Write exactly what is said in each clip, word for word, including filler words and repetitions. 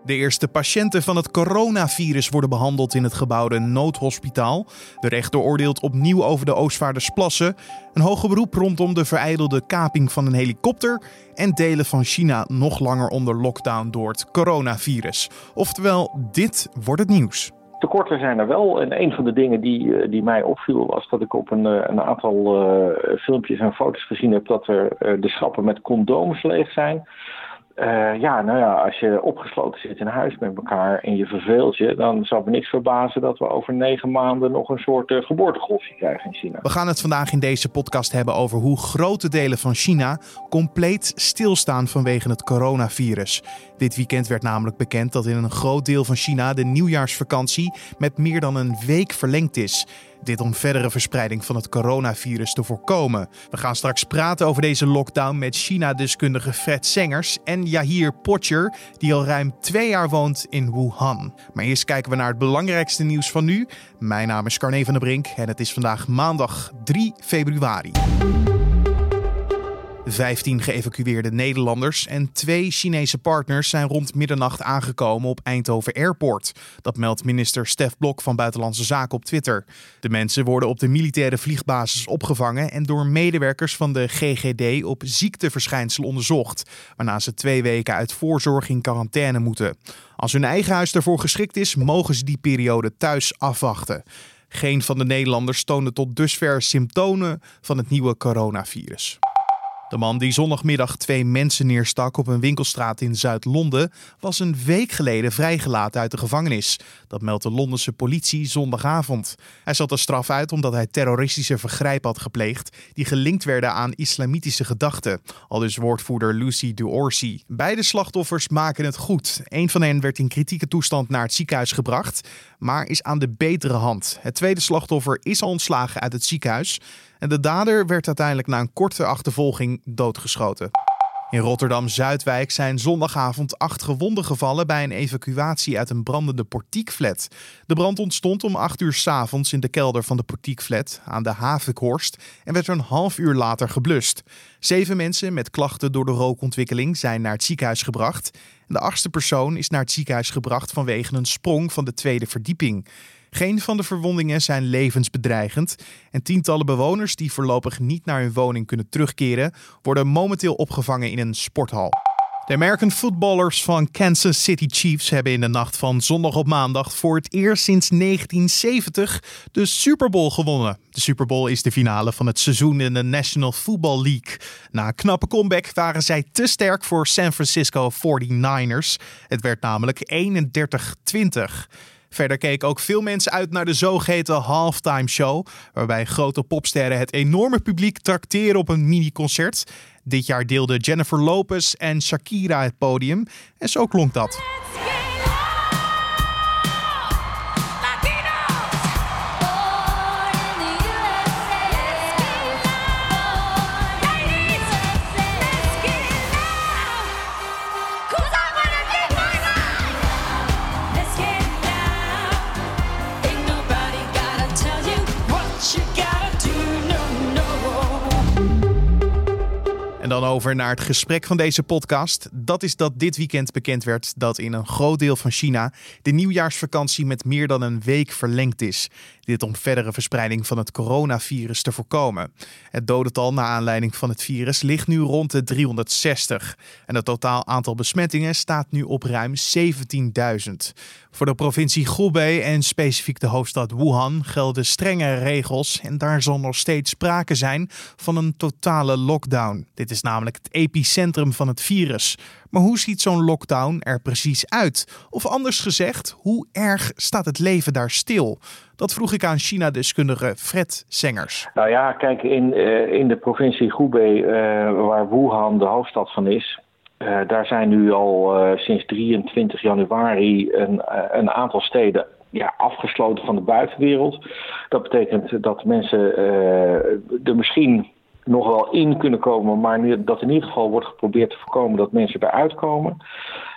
De eerste patiënten van het coronavirus worden behandeld in het gebouwde noodhospitaal. De rechter oordeelt opnieuw over de Oostvaardersplassen. Een hoger beroep rondom de verijdelde kaping van een helikopter. En delen van China nog langer onder lockdown door het coronavirus. Oftewel, dit wordt het nieuws. Tekorten zijn er wel. En een van de dingen die, die mij opviel was dat ik op een, een aantal uh, filmpjes en foto's gezien heb dat er uh, de schappen met condooms leeg zijn. Uh, ja, nou ja, als je opgesloten zit in huis met elkaar en je verveelt je, dan zou me niks verbazen dat we over negen maanden nog een soort uh, geboortegolfje krijgen in China. We gaan het vandaag in deze podcast hebben over hoe grote delen van China compleet stilstaan vanwege het coronavirus. Dit weekend werd namelijk bekend dat in een groot deel van China de nieuwjaarsvakantie met meer dan een week verlengd is. Dit om verdere verspreiding van het coronavirus te voorkomen. We gaan straks praten over deze lockdown met China-deskundige Fred Sengers en Yahir Potcher, die al ruim twee jaar woont in Wuhan. Maar eerst kijken we naar het belangrijkste nieuws van nu. Mijn naam is Carne van der Brink en het is vandaag maandag drie februari. vijftien geëvacueerde Nederlanders en twee Chinese partners zijn rond middernacht aangekomen op Eindhoven Airport. Dat meldt minister Stef Blok van Buitenlandse Zaken op Twitter. De mensen worden op de militaire vliegbasis opgevangen en door medewerkers van de G G D op ziekteverschijnselen onderzocht, waarna ze twee weken uit voorzorg in quarantaine moeten. Als hun eigen huis daarvoor geschikt is, mogen ze die periode thuis afwachten. Geen van de Nederlanders toonde tot dusver symptomen van het nieuwe coronavirus. De man die zondagmiddag twee mensen neerstak op een winkelstraat in Zuid-Londen was een week geleden vrijgelaten uit de gevangenis. Dat meldt de Londense politie zondagavond. Hij zat de straf uit omdat hij terroristische vergrijpen had gepleegd die gelinkt werden aan islamitische gedachten. Aldus woordvoerder Lucy D'Orsey. Beide slachtoffers maken het goed. Een van hen werd in kritieke toestand naar het ziekenhuis gebracht, maar is aan de betere hand. Het tweede slachtoffer is al ontslagen uit het ziekenhuis. En de dader werd uiteindelijk na een korte achtervolging doodgeschoten. In Rotterdam-Zuidwijk zijn zondagavond acht gewonden gevallen bij een evacuatie uit een brandende portiekflat. De brand ontstond om acht uur 's avonds in de kelder van de portiekflat aan de Havikhorst en werd een half uur later geblust. Zeven mensen met klachten door de rookontwikkeling zijn naar het ziekenhuis gebracht. En de achtste persoon is naar het ziekenhuis gebracht vanwege een sprong van de tweede verdieping. Geen van de verwondingen zijn levensbedreigend en tientallen bewoners die voorlopig niet naar hun woning kunnen terugkeren, worden momenteel opgevangen in een sporthal. De American footballers van Kansas City Chiefs hebben in de nacht van zondag op maandag voor het eerst sinds negentien zeventig de Super Bowl gewonnen. De Super Bowl is de finale van het seizoen in de National Football League. Na een knappe comeback waren zij te sterk voor San Francisco forty-niners. Het werd namelijk eenendertig twintig. Verder keken ook veel mensen uit naar de zogeheten halftime show, waarbij grote popsterren het enorme publiek trakteren op een mini-concert. Dit jaar deelden Jennifer Lopez en Shakira het podium en zo klonk dat. En dan over naar het gesprek van deze podcast. Dat is dat dit weekend bekend werd dat in een groot deel van China de nieuwjaarsvakantie met meer dan een week verlengd is. Dit om verdere verspreiding van het coronavirus te voorkomen. Het dodental naar aanleiding van het virus ligt nu rond de driehonderdzestig. En het totaal aantal besmettingen staat nu op ruim zeventienduizend. Voor de provincie Hubei en specifiek de hoofdstad Wuhan gelden strenge regels en daar zal nog steeds sprake zijn van een totale lockdown. Dit is namelijk het epicentrum van het virus. Maar hoe ziet zo'n lockdown er precies uit? Of anders gezegd, hoe erg staat het leven daar stil? Dat vroeg ik aan China-deskundige Fred Sengers. Nou ja, kijk, in, uh, in de provincie Hubei, uh, waar Wuhan de hoofdstad van is, Uh, daar zijn nu al uh, sinds drieëntwintig januari een, uh, een aantal steden ja, afgesloten van de buitenwereld. Dat betekent dat mensen uh, er misschien nog wel in kunnen komen, maar nu, dat in ieder geval wordt geprobeerd te voorkomen dat mensen eruit komen.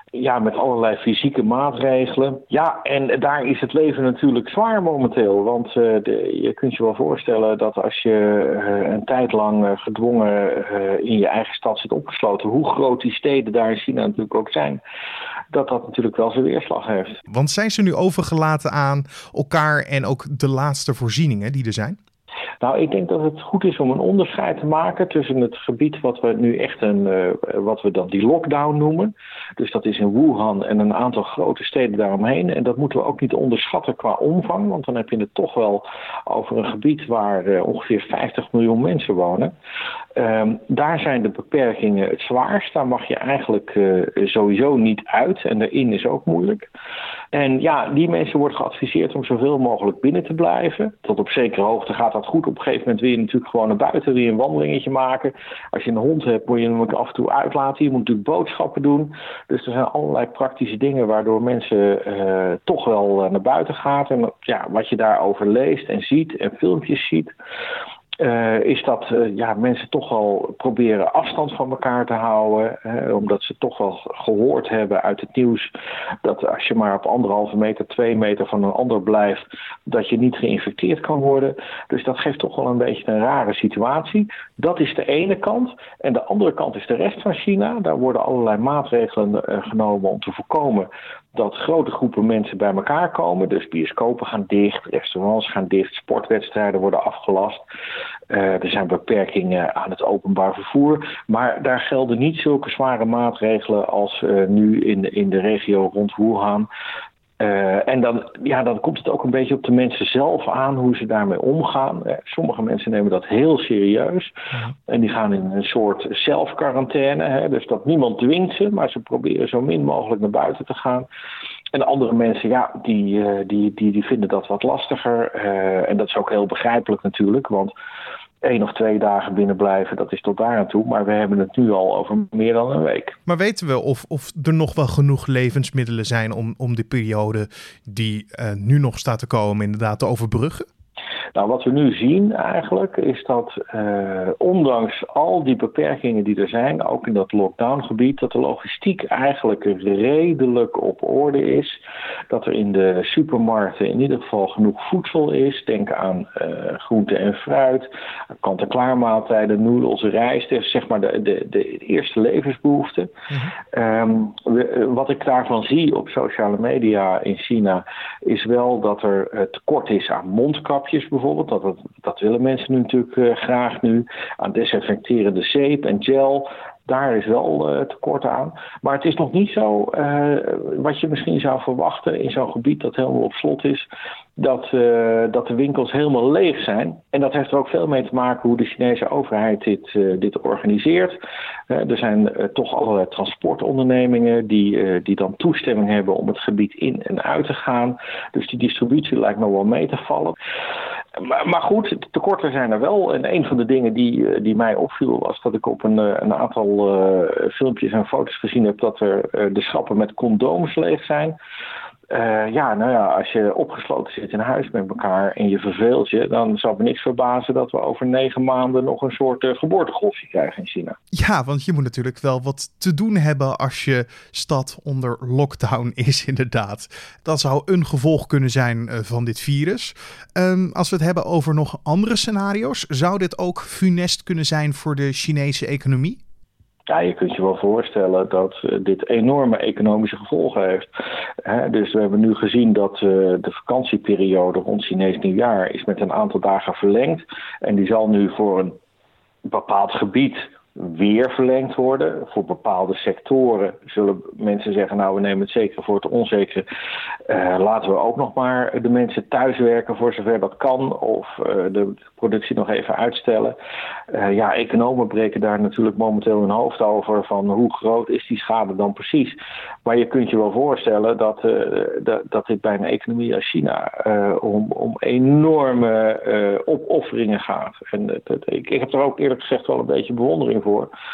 Ja, met allerlei fysieke maatregelen. Ja, en daar is het leven natuurlijk zwaar momenteel. Want uh, de, je kunt je wel voorstellen dat als je uh, een tijd lang uh, gedwongen uh, in je eigen stad zit opgesloten, hoe groot die steden daar in China natuurlijk ook zijn, dat dat natuurlijk wel zijn weerslag heeft. Want zijn ze nu overgelaten aan elkaar en ook de laatste voorzieningen die er zijn? Nou, ik denk dat het goed is om een onderscheid te maken tussen het gebied wat we nu echt een, uh, wat we dan die lockdown noemen. Dus dat is in Wuhan en een aantal grote steden daaromheen. En dat moeten we ook niet onderschatten qua omvang, want dan heb je het toch wel over een gebied waar uh, ongeveer vijftig miljoen mensen wonen. Um, daar zijn de beperkingen het zwaarst. Daar mag je eigenlijk uh, sowieso niet uit en daarin is ook moeilijk. En ja, die mensen worden geadviseerd om zoveel mogelijk binnen te blijven. Tot op zekere hoogte gaat dat goed. Op een gegeven moment wil je natuurlijk gewoon naar buiten, wil je een wandelingetje maken. Als je een hond hebt, moet je hem ook af en toe uitlaten. Je moet natuurlijk boodschappen doen. Dus er zijn allerlei praktische dingen waardoor mensen uh, toch wel uh, naar buiten gaan. En ja, wat je daarover leest en ziet en filmpjes ziet, Uh, is dat uh, ja, mensen toch wel proberen afstand van elkaar te houden. Uh, omdat ze toch wel gehoord hebben uit het nieuws dat als je maar op anderhalve meter, twee meter van een ander blijft, dat je niet geïnfecteerd kan worden. Dus dat geeft toch wel een beetje een rare situatie. Dat is de ene kant. En de andere kant is de rest van China. Daar worden allerlei maatregelen uh, genomen om te voorkomen dat grote groepen mensen bij elkaar komen. Dus bioscopen gaan dicht, restaurants gaan dicht, sportwedstrijden worden afgelast. Uh, er zijn beperkingen aan het openbaar vervoer. Maar daar gelden niet zulke zware maatregelen als uh, nu in, in de regio rond Wuhan. Uh, en dan, ja, dan komt het ook een beetje op de mensen zelf aan hoe ze daarmee omgaan. Uh, sommige mensen nemen dat heel serieus. Ja. En die gaan in een soort zelfquarantaine. Hè, dus dat niemand dwingt ze, maar ze proberen zo min mogelijk naar buiten te gaan. En andere mensen, ja, die, uh, die, die, die vinden dat wat lastiger. Uh, en dat is ook heel begrijpelijk natuurlijk, want één of twee dagen binnen blijven, dat is tot daar aan toe. Maar we hebben het nu al over meer dan een week. Maar weten we of, of er nog wel genoeg levensmiddelen zijn om, om die periode die uh, nu nog staat te komen inderdaad te overbruggen? Nou, wat we nu zien eigenlijk is dat uh, ondanks al die beperkingen die er zijn, ook in dat lockdowngebied, dat de logistiek eigenlijk redelijk op orde is. Dat er in de supermarkten in ieder geval genoeg voedsel is. Denk aan uh, groente en fruit, kant-en-klaar maaltijden, noedels, rijst, zeg maar de, de, de eerste levensbehoeften. Mm-hmm. Um, we, wat ik daarvan zie op sociale media in China is wel dat er uh, tekort is aan mondkapjes bijvoorbeeld. Dat, dat, dat willen mensen nu natuurlijk uh, graag nu. Aan desinfecterende zeep en gel. Daar is wel uh, tekort aan. Maar het is nog niet zo, uh, wat je misschien zou verwachten in zo'n gebied dat helemaal op slot is, dat, uh, dat de winkels helemaal leeg zijn. En dat heeft er ook veel mee te maken hoe de Chinese overheid dit, uh, dit organiseert. Uh, er zijn uh, toch allerlei transportondernemingen die, uh, die dan toestemming hebben om het gebied in en uit te gaan. Dus die distributie lijkt nog wel mee te vallen. Maar, maar goed, de tekorten zijn er wel. En een van de dingen die, die mij opviel was dat ik op een, een aantal uh, filmpjes en foto's gezien heb dat er uh, de schappen met condooms leeg zijn. Uh, ja, nou ja, als je opgesloten zit in huis met elkaar en je verveelt je, dan zou me niks verbazen dat we over negen maanden nog een soort uh, geboortegolfje krijgen in China. Ja, want je moet natuurlijk wel wat te doen hebben als je stad onder lockdown is, inderdaad. Dat zou een gevolg kunnen zijn uh, van dit virus. Um, als we het hebben over nog andere scenario's, zou dit ook funest kunnen zijn voor de Chinese economie? Ja, je kunt je wel voorstellen dat uh, dit enorme economische gevolgen heeft. He, dus we hebben nu gezien dat uh, de vakantieperiode rond Chinees nieuwjaar is met een aantal dagen verlengd. En die zal nu voor een bepaald gebied weer verlengd worden. Voor bepaalde sectoren zullen mensen zeggen, nou we nemen het zeker voor het onzekere. Uh, laten we ook nog maar de mensen thuiswerken voor zover dat kan. Of uh, de productie nog even uitstellen. Uh, ja, economen breken daar natuurlijk momenteel hun hoofd over van hoe groot is die schade dan precies. Maar je kunt je wel voorstellen dat, uh, dat, dat dit bij een economie als China uh, om, om enorme uh, opofferingen gaat. En uh, dat, ik, ik heb er ook eerlijk gezegd wel een beetje bewondering voor.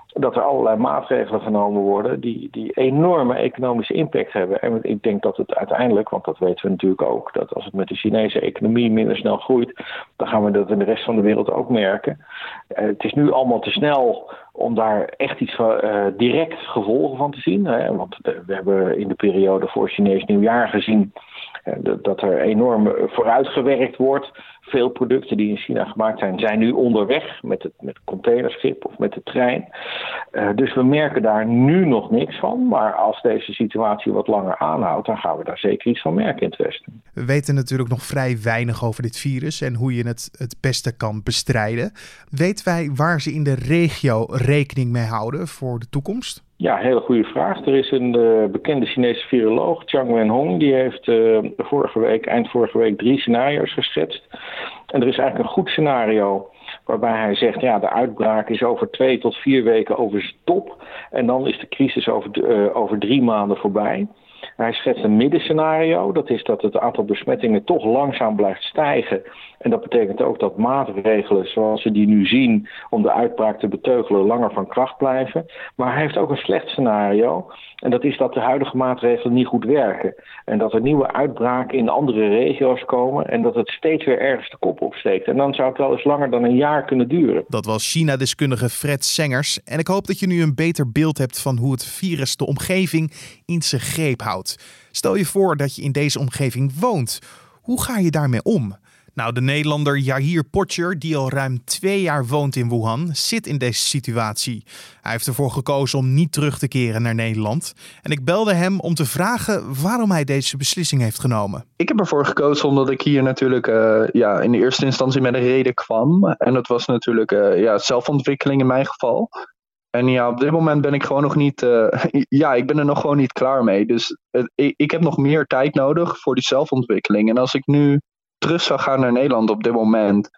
dat er allerlei maatregelen genomen worden die, die enorme economische impact hebben. En ik denk dat het uiteindelijk, want dat weten we natuurlijk ook, dat als het met de Chinese economie minder snel groeit, dan gaan we dat in de rest van de wereld ook merken. Uh, het is nu allemaal te snel om daar echt iets van, uh, direct gevolgen van te zien. Hè? Want de, we hebben in de periode voor Chinees nieuwjaar gezien uh, dat er enorm vooruitgewerkt wordt. Veel producten die in China gemaakt zijn, zijn nu onderweg met het met containerschip of met de trein. Uh, dus we merken daar nu nog niks van. Maar als deze situatie wat langer aanhoudt, dan gaan we daar zeker iets van merken in het Westen. We weten natuurlijk nog vrij weinig over dit virus en hoe je het het beste kan bestrijden. Weten wij waar ze in de regio rekening mee houden voor de toekomst? Ja, hele goede vraag. Er is een uh, bekende Chinese viroloog, Zhang Wenhong, die heeft uh, vorige week, eind vorige week drie scenario's geschetst. En er is eigenlijk een goed scenario waarbij hij zegt, ja, de uitbraak is over twee tot vier weken over zijn top. En dan is de crisis over, uh, over drie maanden voorbij. Hij schetst een middenscenario. Dat is dat het aantal besmettingen toch langzaam blijft stijgen. En dat betekent ook dat maatregelen zoals we die nu zien om de uitbraak te beteugelen langer van kracht blijven. Maar hij heeft ook een slecht scenario. En dat is dat de huidige maatregelen niet goed werken. En dat er nieuwe uitbraken in andere regio's komen. En dat het steeds weer ergens de kop opsteekt. En dan zou het wel eens langer dan een jaar kunnen duren. Dat was China-deskundige Fred Sengers. En ik hoop dat je nu een beter beeld hebt van hoe het virus de omgeving in zijn greep houdt. Stel je voor dat je in deze omgeving woont. Hoe ga je daarmee om? Nou, de Nederlander Yahir Potjer, die al ruim twee jaar woont in Wuhan, zit in deze situatie. Hij heeft ervoor gekozen om niet terug te keren naar Nederland. En ik belde hem om te vragen waarom hij deze beslissing heeft genomen. Ik heb ervoor gekozen omdat ik hier natuurlijk uh, ja, in de eerste instantie met een reden kwam. En dat was natuurlijk uh, ja, zelfontwikkeling in mijn geval. En ja, op dit moment ben ik gewoon nog niet, uh, ja, ik ben er nog gewoon niet klaar mee. Dus uh, ik, ik heb nog meer tijd nodig voor die zelfontwikkeling. En als ik nu terug zou gaan naar Nederland op dit moment,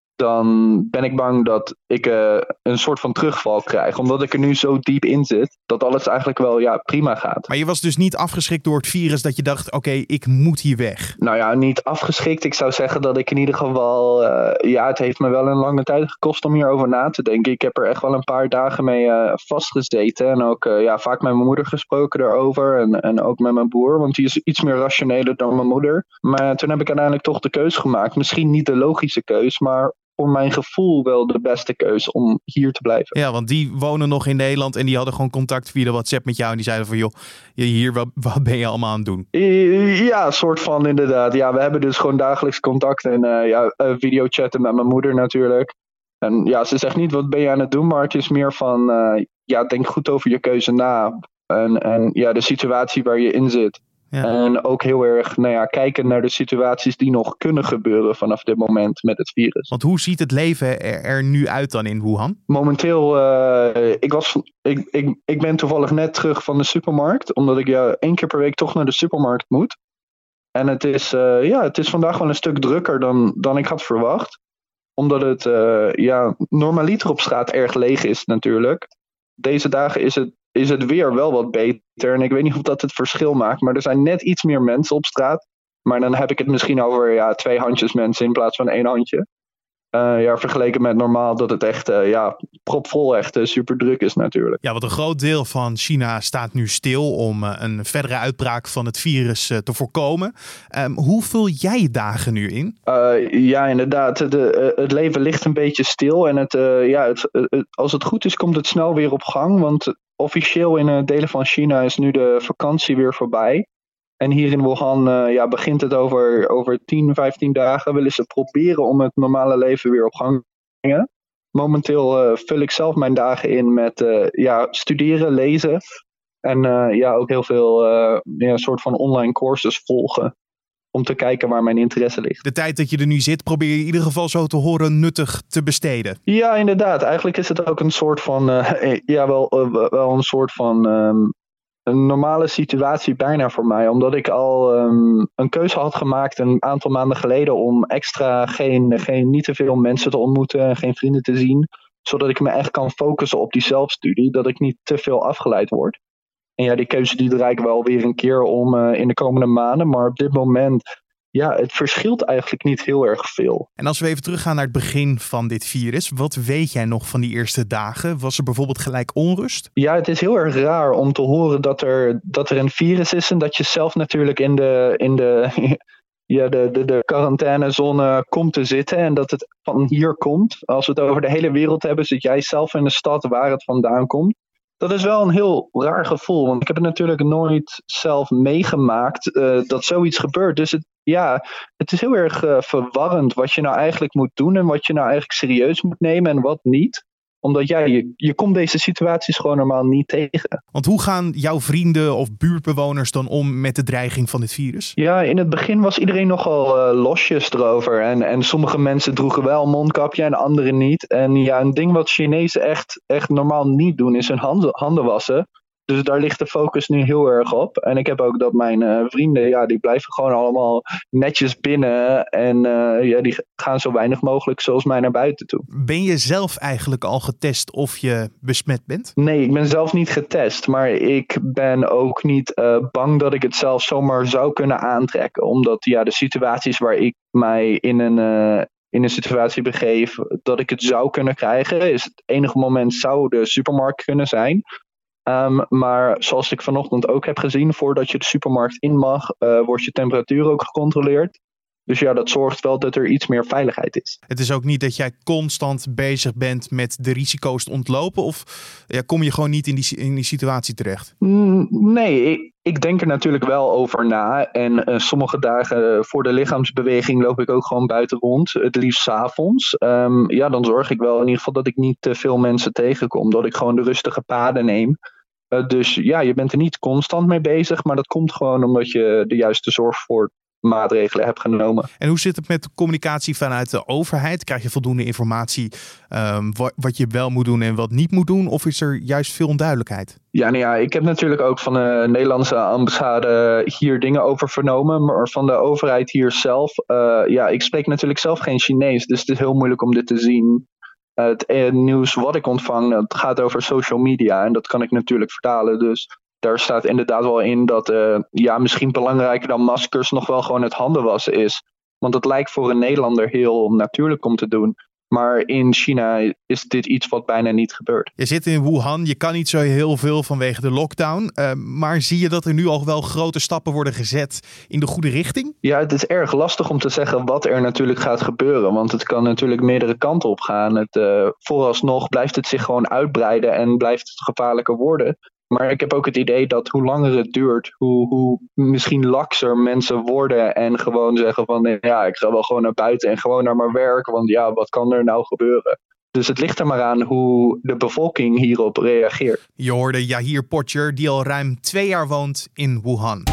dan ben ik bang dat ik uh, een soort van terugval krijg. Omdat ik er nu zo diep in zit, dat alles eigenlijk wel ja, prima gaat. Maar je was dus niet afgeschrikt door het virus dat je dacht, oké, okay, ik moet hier weg? Nou ja, niet afgeschrikt. Ik zou zeggen dat ik in ieder geval, uh, ja, het heeft me wel een lange tijd gekost om hierover na te denken. Ik heb er echt wel een paar dagen mee uh, vastgezeten. En ook uh, ja, vaak met mijn moeder gesproken daarover. En, en ook met mijn broer, want die is iets meer rationeler dan mijn moeder. Maar toen heb ik uiteindelijk toch de keus gemaakt. Misschien niet de logische keus, maar voor mijn gevoel wel de beste keus om hier te blijven. Ja, want die wonen nog in Nederland en die hadden gewoon contact via de WhatsApp met jou. En die zeiden van, joh, hier, wat, wat ben je allemaal aan het doen? Ja, soort van inderdaad. Ja, we hebben dus gewoon dagelijks contact en uh, ja, uh, videochatten met mijn moeder natuurlijk. En ja, ze zegt niet, wat ben je aan het doen? Maar het is meer van, uh, ja, denk goed over je keuze na. En, en ja, de situatie waar je in zit. Ja. En ook heel erg nou ja, kijken naar de situaties die nog kunnen gebeuren vanaf dit moment met het virus. Want hoe ziet het leven er, er nu uit dan in Wuhan? Momenteel, uh, ik, was, ik, ik, ik ben toevallig net terug van de supermarkt. Omdat ik ja, één keer per week toch naar de supermarkt moet. En het is, uh, ja, het is vandaag wel een stuk drukker dan, dan ik had verwacht. Omdat het uh, ja, normaliter op straat erg leeg is natuurlijk. Deze dagen is het is het weer wel wat beter. En ik weet niet of dat het verschil maakt. Maar er zijn net iets meer mensen op straat. Maar dan heb ik het misschien over ja, twee handjes mensen in plaats van één handje. Uh, ja, vergeleken met normaal dat het echt uh, ja, propvol echt uh, super druk is natuurlijk. Ja, want een groot deel van China staat nu stil om uh, een verdere uitbraak van het virus uh, te voorkomen. Um, hoe vul jij je dagen nu in? Uh, ja, inderdaad. De, uh, het leven ligt een beetje stil. En het, uh, ja, het, uh, als het goed is, komt het snel weer op gang. Want officieel in uh, delen van China is nu de vakantie weer voorbij. En hier in Wuhan uh, ja, begint het over, over tien, vijftien dagen. Willen ze proberen om het normale leven weer op gang te brengen. Momenteel uh, vul ik zelf mijn dagen in met uh, ja, studeren, lezen. En uh, ja, ook heel veel uh, ja, soort van online courses volgen. Om te kijken waar mijn interesse ligt. De tijd dat je er nu zit, probeer je in ieder geval zo te horen nuttig te besteden. Ja, inderdaad. Eigenlijk is het ook een soort van, uh, ja, wel, uh, wel een soort van um, een normale situatie bijna voor mij. Omdat ik al um, een keuze had gemaakt een aantal maanden geleden om extra geen, geen, niet te veel mensen te ontmoeten en geen vrienden te zien. Zodat ik me echt kan focussen op die zelfstudie. Dat ik niet te veel afgeleid word. En ja, die keuze die draai ik wel weer een keer om uh, in de komende maanden. Maar op dit moment ja, het verschilt eigenlijk niet heel erg veel. En als we even teruggaan naar het begin van dit virus, wat weet jij nog van die eerste dagen? Was er bijvoorbeeld gelijk onrust? Ja, het is heel erg raar om te horen dat er, dat er een virus is en dat je zelf natuurlijk in de, in de, ja, de, de, de quarantainezone komt te zitten en dat het van hier komt. Als we het over de hele wereld hebben, zit jij zelf in de stad waar het vandaan komt. Dat is wel een heel raar gevoel, want ik heb het natuurlijk nooit zelf meegemaakt uh, dat zoiets gebeurt. Dus het, ja, het is heel erg uh, verwarrend wat je nou eigenlijk moet doen en wat je nou eigenlijk serieus moet nemen en wat niet. Omdat ja, je, je komt deze situaties gewoon normaal niet tegen. Want hoe gaan jouw vrienden of buurtbewoners dan om met de dreiging van dit virus? Ja, in het begin was iedereen nogal uh, losjes erover. En, en sommige mensen droegen wel een mondkapje en anderen niet. En ja, een ding wat Chinezen echt, echt normaal niet doen is hun handen, handen wassen. Dus daar ligt de focus nu heel erg op. En ik heb ook dat mijn uh, vrienden, ja, die blijven gewoon allemaal netjes binnen. En uh, ja, die gaan zo weinig mogelijk zoals mij naar buiten toe. Ben je zelf eigenlijk al getest of je besmet bent? Nee, ik ben zelf niet getest. Maar ik ben ook niet uh, bang dat ik het zelf zomaar zou kunnen aantrekken. Omdat ja, de situaties waar ik mij in een... Uh, in een situatie begeef dat ik het zou kunnen krijgen, is het enige moment zou de supermarkt kunnen zijn. Um, maar zoals ik vanochtend ook heb gezien, voordat je de supermarkt in mag, uh, wordt je temperatuur ook gecontroleerd. Dus ja, dat zorgt wel dat er iets meer veiligheid is. Het is ook niet dat jij constant bezig bent met de risico's te ontlopen? Of ja, kom je gewoon niet in die, in die situatie terecht? Mm, nee, ik, ik denk er natuurlijk wel over na. En uh, sommige dagen voor de lichaamsbeweging loop ik ook gewoon buiten rond. Het liefst 's avonds. Um, ja, dan zorg ik wel in ieder geval dat ik niet te veel mensen tegenkom. Dat ik gewoon de rustige paden neem. Uh, dus ja, je bent er niet constant mee bezig. Maar dat komt gewoon omdat je de juiste zorg voor maatregelen hebt genomen. En hoe zit het met de communicatie vanuit de overheid? Krijg je voldoende informatie um, wat, wat je wel moet doen en wat niet moet doen? Of is er juist veel onduidelijkheid? Ja, nou ja, ik heb natuurlijk ook van de Nederlandse ambassade hier dingen over vernomen. Maar van de overheid hier zelf, uh, ja, ik spreek natuurlijk zelf geen Chinees. Dus het is heel moeilijk om dit te zien. Uh, het uh, nieuws wat ik ontvang, het gaat over social media. En dat kan ik natuurlijk vertalen, dus daar staat inderdaad wel in dat uh, ja, misschien belangrijker dan maskers nog wel gewoon het handen wassen is. Want het lijkt voor een Nederlander heel natuurlijk om te doen. Maar in China is dit iets wat bijna niet gebeurt. Je zit in Wuhan, je kan niet zo heel veel vanwege de lockdown. Uh, maar zie je dat er nu al wel grote stappen worden gezet in de goede richting? Ja, het is erg lastig om te zeggen wat er natuurlijk gaat gebeuren. Want het kan natuurlijk meerdere kanten op gaan. Het, uh, vooralsnog blijft het zich gewoon uitbreiden en blijft het gevaarlijker worden. Maar ik heb ook het idee dat hoe langer het duurt, hoe, hoe misschien lakser mensen worden en gewoon zeggen van ja, ik ga wel gewoon naar buiten en gewoon naar mijn werk, want ja, wat kan er nou gebeuren? Dus het ligt er maar aan hoe de bevolking hierop reageert. Je hoorde Yahir Potjer, die al ruim twee jaar woont in Wuhan.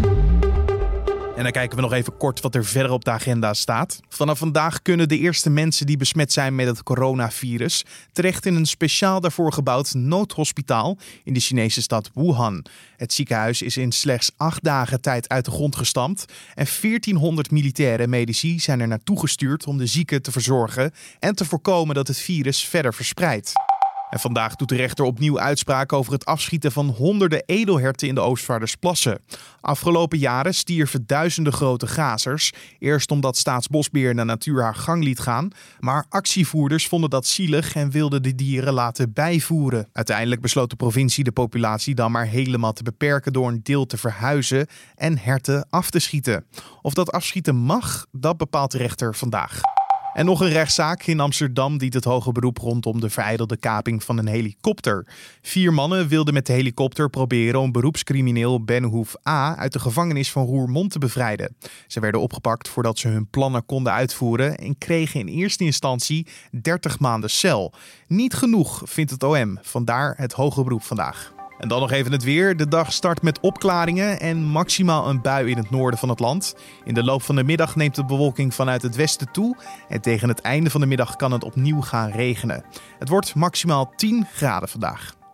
En dan kijken we nog even kort wat er verder op de agenda staat. Vanaf vandaag kunnen de eerste mensen die besmet zijn met het coronavirus terecht in een speciaal daarvoor gebouwd noodhospitaal in de Chinese stad Wuhan. Het ziekenhuis is in slechts acht dagen tijd uit de grond gestampt en veertienhonderd militaire medici zijn er naartoe gestuurd om de zieken te verzorgen en te voorkomen dat het virus verder verspreidt. En vandaag doet de rechter opnieuw uitspraak over het afschieten van honderden edelherten in de Oostvaardersplassen. Afgelopen jaren stierven duizenden grote gazers. Eerst omdat Staatsbosbeheer de natuur haar gang liet gaan. Maar actievoerders vonden dat zielig en wilden de dieren laten bijvoeren. Uiteindelijk besloot de provincie de populatie dan maar helemaal te beperken door een deel te verhuizen en herten af te schieten. Of dat afschieten mag, dat bepaalt de rechter vandaag. En nog een rechtszaak in Amsterdam dient het hoge beroep rondom de verijdelde kaping van een helikopter. Vier mannen wilden met de helikopter proberen om beroepscrimineel Benhoef A. uit de gevangenis van Roermond te bevrijden. Ze werden opgepakt voordat ze hun plannen konden uitvoeren en kregen in eerste instantie dertig maanden cel. Niet genoeg, vindt het O M. Vandaar het hoge beroep vandaag. En dan nog even het weer. De dag start met opklaringen en maximaal een bui in het noorden van het land. In de loop van de middag neemt de bewolking vanuit het westen toe. En tegen het einde van de middag kan het opnieuw gaan regenen. Het wordt maximaal tien graden vandaag.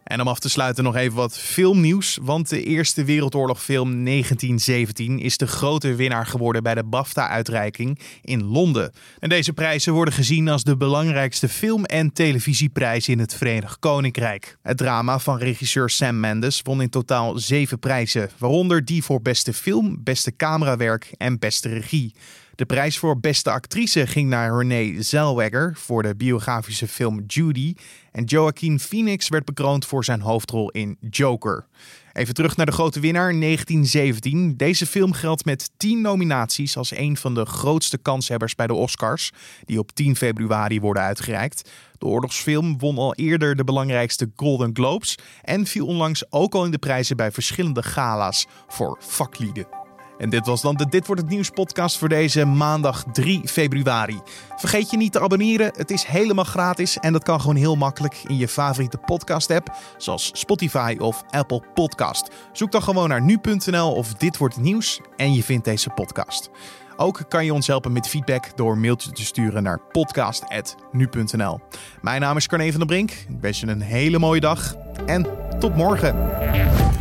En om af te sluiten nog even wat filmnieuws, want de Eerste Wereldoorlogfilm negentien zeventien is de grote winnaar geworden bij de BAFTA-uitreiking in Londen. En deze prijzen worden gezien als de belangrijkste film- en televisieprijzen in het Verenigd Koninkrijk. Het drama van regisseur Sam Mendes won in totaal zeven prijzen, waaronder die voor beste film, beste camerawerk en beste regie. De prijs voor beste actrice ging naar Renee Zellweger voor de biografische film Judy. En Joaquin Phoenix werd bekroond voor zijn hoofdrol in Joker. Even terug naar de grote winnaar, negentien zeventien. Deze film geldt met tien nominaties als een van de grootste kanshebbers bij de Oscars, die op tien februari worden uitgereikt. De oorlogsfilm won al eerder de belangrijkste Golden Globes en viel onlangs ook al in de prijzen bij verschillende gala's voor vaklieden. En dit was dan de Dit Wordt Het Nieuws podcast voor deze maandag drie februari. Vergeet je niet te abonneren, het is helemaal gratis en dat kan gewoon heel makkelijk in je favoriete podcast app, zoals Spotify of Apple Podcast. Zoek dan gewoon naar nu punt n l of Dit Wordt Het Nieuws en je vindt deze podcast. Ook kan je ons helpen met feedback door een mailtje te sturen naar podcast apenstaartje nu punt n l. Mijn naam is Carne van der Brink, ik wens je een hele mooie dag en tot morgen.